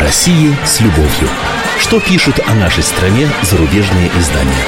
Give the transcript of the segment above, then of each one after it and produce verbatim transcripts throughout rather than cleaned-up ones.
России с любовью. Что пишут о нашей стране зарубежные издания?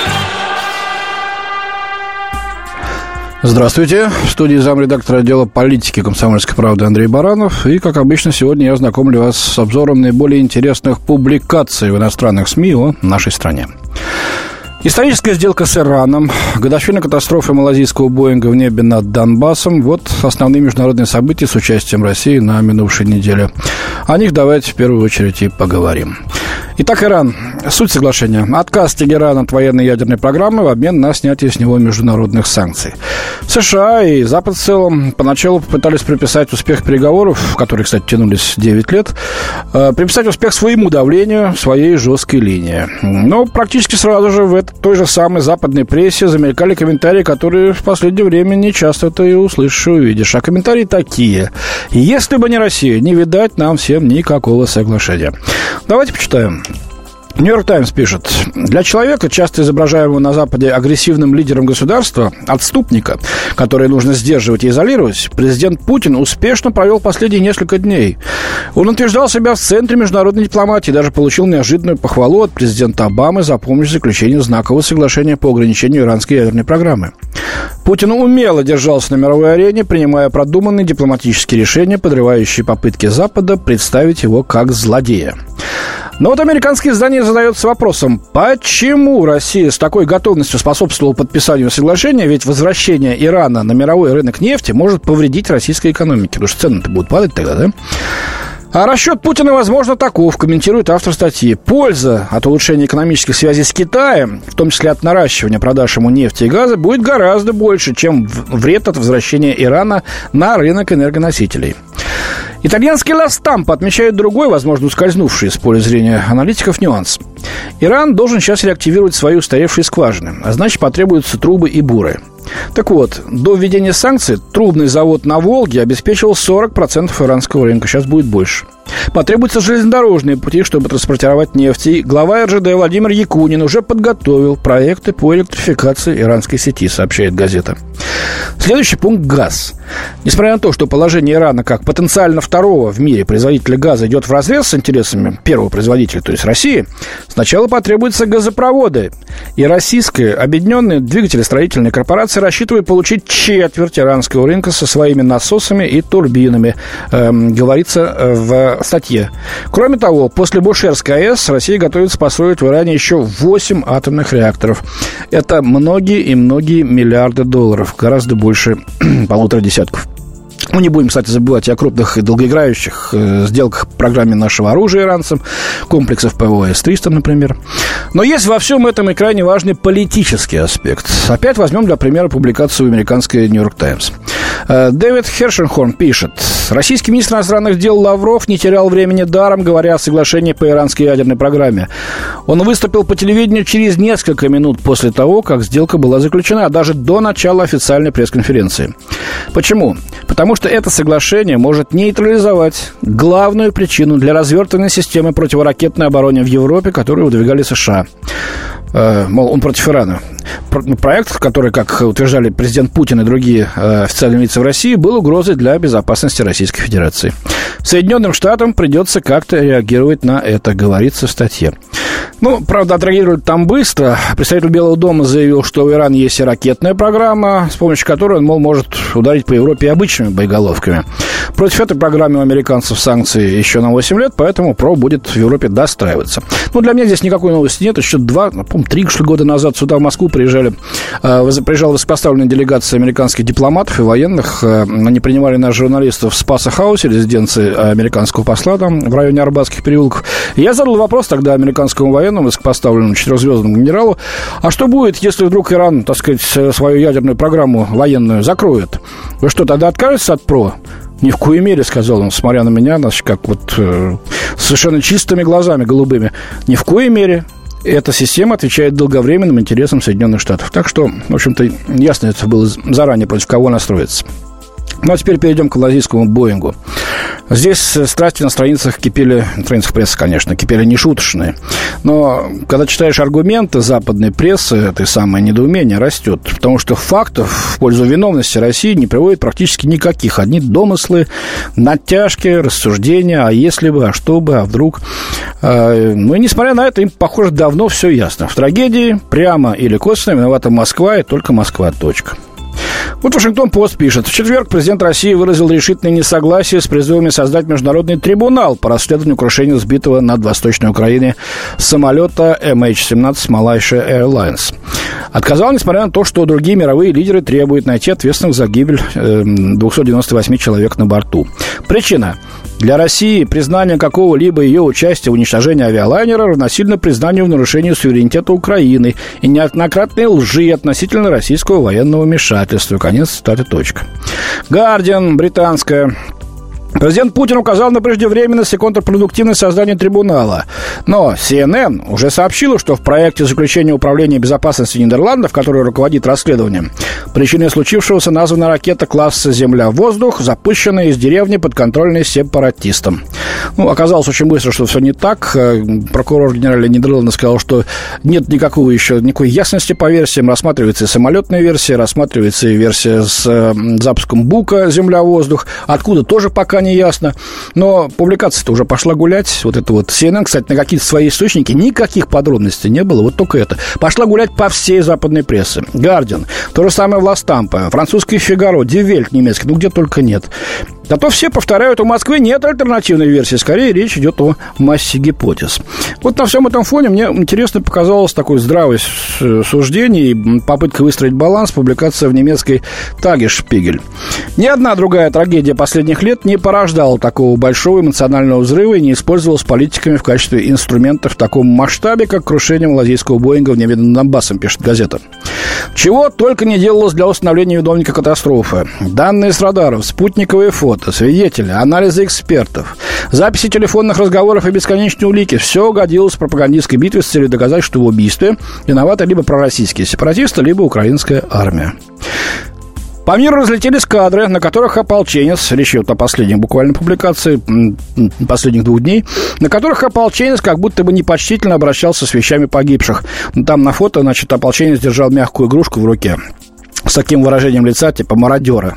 Здравствуйте. В студии замредактора отдела политики «Комсомольской правды» Андрей Баранов. И, как обычно, сегодня я знакомлю вас с обзором наиболее интересных публикаций в иностранных СМИ о нашей стране. Историческая сделка с Ираном, годовщина катастрофы малазийского Боинга в небе над Донбассом. Вот основные международные события с участием России на минувшей неделе. О них давайте в первую очередь и поговорим. Итак, Иран. Суть соглашения. Отказ Тегерана от военной ядерной программы в обмен на снятие с него международных санкций. США и Запад в целом поначалу попытались приписать успех переговоров, которые, кстати, тянулись девять лет, приписать успех своему давлению, своей жесткой линии. Но практически сразу же в этой той же самой западной прессе замелькали комментарии, которые в последнее время не часто ты и услышишь и увидишь. А комментарии такие: если бы не Россия, не видать нам всем никакого соглашения. Давайте почитаем. Нью-Йорк Таймс пишет: для человека, часто изображаемого на Западе агрессивным лидером государства, отступника, который нужно сдерживать и изолировать, президент Путин успешно провел последние несколько дней. Он утверждал себя в центре международной дипломатии, даже получил неожиданную похвалу от президента Обамы за помощь в заключении знакового соглашения по ограничению иранской ядерной программы. Путин умело держался на мировой арене, принимая продуманные дипломатические решения, подрывающие попытки Запада представить его как злодея. Но вот американское издание задается вопросом, почему Россия с такой готовностью способствовала подписанию соглашения, ведь возвращение Ирана на мировой рынок нефти может повредить российской экономике, потому что цены-то будут падать тогда, да? А расчет Путина, возможно, таков, комментирует автор статьи. Польза от улучшения экономических связей с Китаем, в том числе от наращивания продаж ему нефти и газа, будет гораздо больше, чем вред от возвращения Ирана на рынок энергоносителей. Итальянский Ла Стампа отмечает другой, возможно, ускользнувший из поля зрения аналитиков нюанс. Иран должен сейчас реактивировать свои устаревшие скважины, а значит, потребуются трубы и буры. Так вот, до введения санкций трубный завод на Волге обеспечивал сорок процентов иранского рынка, сейчас будет больше. Потребуются железнодорожные пути, чтобы транспортировать нефть. И глава эр жэ дэ Владимир Якунин уже подготовил проекты по электрификации иранской сети, сообщает газета. Следующий пункт – газ. Несмотря на то, что положение Ирана как потенциально второго в мире производителя газа идет вразрез с интересами первого производителя, то есть России, сначала потребуются газопроводы. И российская объединенная двигателестроительная корпорация рассчитывает получить четверть иранского рынка со своими насосами и турбинами, э, говорится в статье. Кроме того, после Бушерской АЭС Россия готовится построить в Иране еще восемь атомных реакторов. Это многие и многие миллиарды долларов, гораздо больше полутора десятков. Мы не будем, кстати, забывать и о крупных и долгоиграющих э, сделках в программе нашего оружия иранцам, комплексов ПВО эс триста, например. Но есть во всем этом и крайне важный политический аспект. Опять возьмем для примера публикацию американской Нью-Йорк Таймс. Э, Дэвид Хершенхорн пишет: российский министр иностранных дел Лавров не терял времени даром, говоря о соглашении по иранской ядерной программе. Он выступил по телевидению через несколько минут после того, как сделка была заключена, а даже до начала официальной пресс-конференции. Почему? Потому что это соглашение может нейтрализовать главную причину для развертывания системы противоракетной обороны в Европе, которую выдвигали США. Э, мол, он против Ирана. Проект, который, как утверждали президент Путин и другие э, официальные лица в России, был угрозой для безопасности Российской Федерации. Соединенным Штатам придется как-то реагировать на это, говорится в статье. Ну, правда, отреагируют там быстро. Представитель Белого дома заявил, что у Ирана есть и ракетная программа, с помощью которой он, мол, может ударить по Европе обычными боеголовками. Против этой программы у американцев санкции еще на восемь лет, поэтому ПРО будет в Европе достраиваться. Ну, для меня здесь никакой новости нет. Еще два, по-моему, три что ли, года назад сюда, в Москву, приезжали, э, приезжала высокопоставленная делегация американских дипломатов и военных. Э, они принимали наших журналистов в Спасо-хаусе, резиденции американского посла там, в районе Арбатских переулков. И я задал вопрос тогда американскому военному, высокопоставленному четырехзвездному генералу: а что будет, если вдруг Иран, так сказать, свою ядерную программу военную закроет? Вы что, тогда откажетесь от ПРО? Ни в коей мере, сказал он, смотря на меня, значит, как вот э, совершенно чистыми глазами голубыми. Ни в коей мере. Эта система отвечает долговременным интересам Соединенных Штатов. Так что, в общем-то, ясно это было заранее, против кого настроиться. Ну, а теперь перейдем к малазийскому Боингу. Здесь страсти на страницах кипели, на страницах прессы, конечно, кипели нешуточные. Но когда читаешь аргументы западной прессы, это самое недоумение растет. Потому что фактов в пользу виновности России не приводит практически никаких. Одни домыслы, натяжки, рассуждения, а если бы, а что бы, а вдруг. Ну и несмотря на это, им, похоже, давно все ясно. В трагедии прямо или косвенно виновата Москва и только Москва, точка. Вот Вашингтон-Пост пишет. В четверг президент России выразил решительное несогласие с призывами создать международный трибунал по расследованию крушения сбитого над Восточной Украиной самолета эм эйч семнадцать Malaysia Airlines. Отказал, несмотря на то, что другие мировые лидеры требуют найти ответственных за гибель двухсот девяноста восьми человек на борту. Причина. Для России признание какого-либо ее участия в уничтожении авиалайнера равносильно признанию в нарушении суверенитета Украины и неоднократной лжи относительно российского военного вмешательства. Конец цитаты, точка. «Гардиан», британская. Президент Путин указал на преждевременность и контрпродуктивность создания трибунала. Но си эн эн уже сообщила, что в проекте заключения Управления безопасности Нидерландов, который руководит расследованием, причиной случившегося названа ракета класса «Земля-воздух», запущенная из деревни, подконтрольной сепаратистам. Ну, оказалось очень быстро, что все не так. Прокурор генерального Нидерланда сказал, что нет никакого еще, никакой ясности по версиям. Рассматривается и самолетная версия, рассматривается и версия с запуском Бука «Земля-воздух», откуда тоже пока не ясно. Но публикация-то уже пошла гулять. Вот это вот си эн эн, кстати, на какие-то свои источники никаких подробностей не было. Вот только это. Пошла гулять по всей западной прессе. «Гардиан», то же самое в «Ла-Стампа», французский «Фигаро», «Ди Вельт» немецкий, ну где только нет. Зато все повторяют, у Москвы нет альтернативной версии. Скорее, речь идет о массе гипотез. Вот на всем этом фоне мне интересно показалось такое здравое суждение и попытка выстроить баланс, публикация в немецкой «Тагешпигель». Ни одна другая трагедия последних лет не порождала такого большого эмоционального взрыва и не использовалась политиками в качестве инструмента в таком масштабе, как крушение малазийского Боинга в небе над Донбассом, пишет газета. Чего только не делалось для установления виновника катастрофы. Данные с радаров, спутниковые фото, свидетели, анализы экспертов, записи телефонных разговоров и бесконечные улики. Все годилось в пропагандистской битве с целью доказать, что в убийстве виноваты либо пророссийские сепаратисты, либо украинская армия. По миру разлетелись кадры, на которых ополченец, речь идет о последней буквально публикации последних двух дней, на которых ополченец как будто бы непочтительно обращался с вещами погибших. Там на фото, значит, ополченец держал мягкую игрушку в руке с таким выражением лица, типа мародера.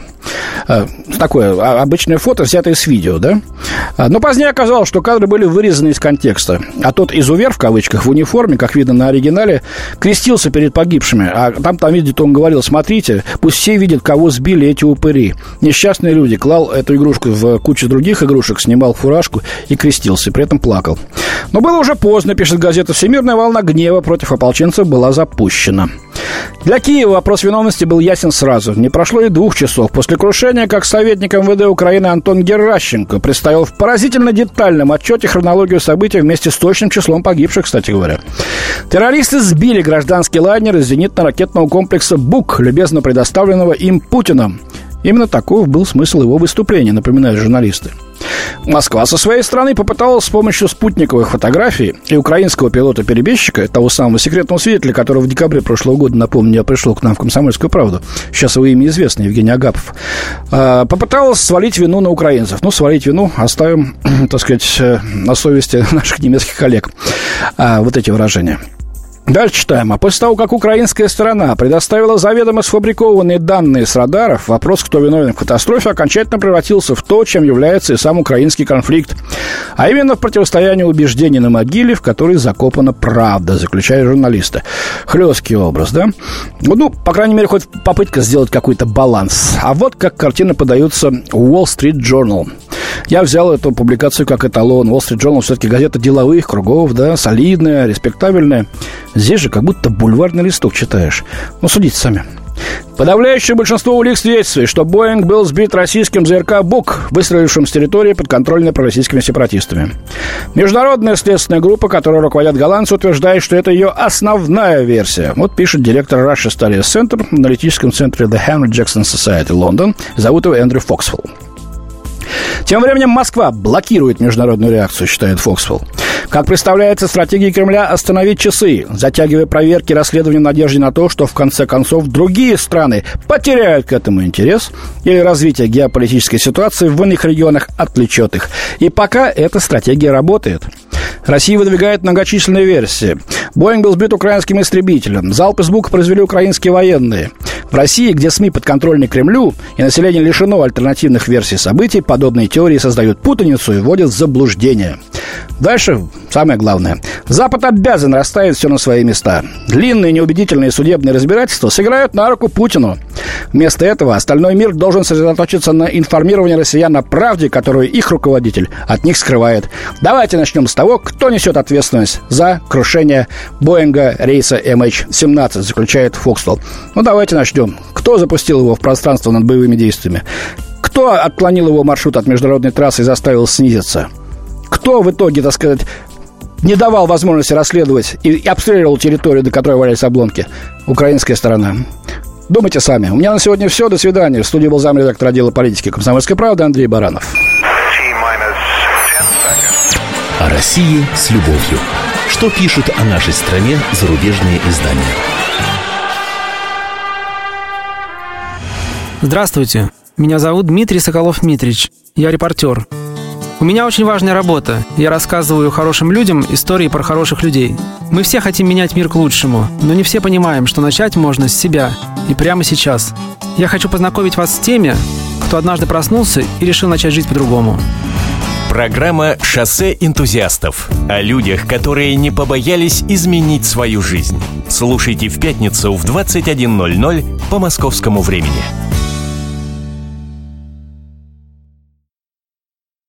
Такое обычное фото, взятое с видео, да? Но позднее оказалось, что кадры были вырезаны из контекста. А тот изувер, в кавычках, в униформе, как видно на оригинале, крестился перед погибшими. А там, там видит, он говорил: смотрите, пусть все видят, кого сбили эти упыри. Несчастные люди. Клал эту игрушку в кучу других игрушек, снимал фуражку и крестился, при этом плакал. Но было уже поздно, пишет газета. Всемирная волна гнева против ополченцев была запущена. Для Киева вопрос виновности был ясен сразу. Не прошло и двух часов после крушения, как советник эм вэ дэ Украины Антон Геращенко представил в поразительно детальном отчете хронологию событий вместе с точным числом погибших, кстати говоря. Террористы сбили гражданский лайнер из зенитно-ракетного комплекса «Бук», любезно предоставленного им Путиным. Именно таков был смысл его выступления, напоминают журналисты. Москва со своей стороны попыталась с помощью спутниковых фотографий и украинского пилота-перебежчика, того самого секретного свидетеля, который в декабре прошлого года, напомню, я пришел к нам в «Комсомольскую правду», сейчас его имя известно, Евгений Агапов, попыталась свалить вину на украинцев. Ну, свалить вину оставим, так сказать, на совести наших немецких коллег. Вот эти выражения. Дальше читаем. А после того, как украинская сторона предоставила заведомо сфабрикованные данные с радаров, вопрос, кто виновен в катастрофе, окончательно превратился в то, чем является и сам украинский конфликт. А именно в противостоянии убеждений на могиле, в которой закопана правда, заключают журналисты. Хлесткий образ, да? Ну, по крайней мере, хоть попытка сделать какой-то баланс. А вот как картина подается Wall Street Journal. Я взял эту публикацию как эталон. Wall Street Journal все-таки газета деловых кругов, да, солидная, респектабельная. Здесь же как будто бульварный листок читаешь. Ну, судите сами. Подавляющее большинство улик свидетельствует, что Боинг был сбит российским зэ эр ка «Бук», выстрелившим с территории, подконтрольной пророссийскими сепаратистами. Международная следственная группа, которой руководят голландцы, утверждает, что это ее основная версия. Вот пишет директор Russia Studies Center в аналитическом центре The Henry Jackson Society, Лондон. Зовут его Эндрю Фоксвелл. Тем временем Москва блокирует международную реакцию, считает Фоксвелл. Как представляется, стратегия Кремля остановить часы, затягивая проверки и расследования в надежде на то, что в конце концов другие страны потеряют к этому интерес или развитие геополитической ситуации в иных регионах отвлечет их. И пока эта стратегия работает. Россия выдвигает многочисленные версии. Боинг был сбит украинским истребителем. Залп из БУКа произвели украинские военные. В России, где СМИ подконтрольны Кремлю и население лишено альтернативных версий событий, подобные теории создают путаницу и вводят в заблуждение. Дальше самое главное. Запад обязан расставить все на свои места. Длинные неубедительные судебные разбирательства сыграют на руку Путину. Вместо этого остальной мир должен сосредоточиться на информировании россиян о правде, которую их руководитель от них скрывает. Давайте начнем с того, кто несет ответственность за крушение Боинга рейса эм эйч семнадцать, заключает Фоксвелл. Ну, давайте начнем. Кто запустил его в пространство над боевыми действиями? Кто отклонил его маршрут от международной трассы и заставил снизиться? Кто в итоге, так сказать, не давал возможности расследовать и обстреливал территорию, до которой валялись обломки? Украинская сторона. Думайте сами. У меня на сегодня все. До свидания. В студии был замредактор отдела политики «Комсомольской правды» Андрей Баранов. О России с любовью. Что пишут о нашей стране зарубежные издания? Здравствуйте. Меня зовут Дмитрий Соколов-Митрич. Я репортер. У меня очень важная работа. Я рассказываю хорошим людям истории про хороших людей. Мы все хотим менять мир к лучшему, но не все понимаем, что начать можно с себя и прямо сейчас. Я хочу познакомить вас с теми, кто однажды проснулся и решил начать жить по-другому. Программа «Шоссе энтузиастов» о людях, которые не побоялись изменить свою жизнь. Слушайте в пятницу в двадцать один ноль ноль по московскому времени.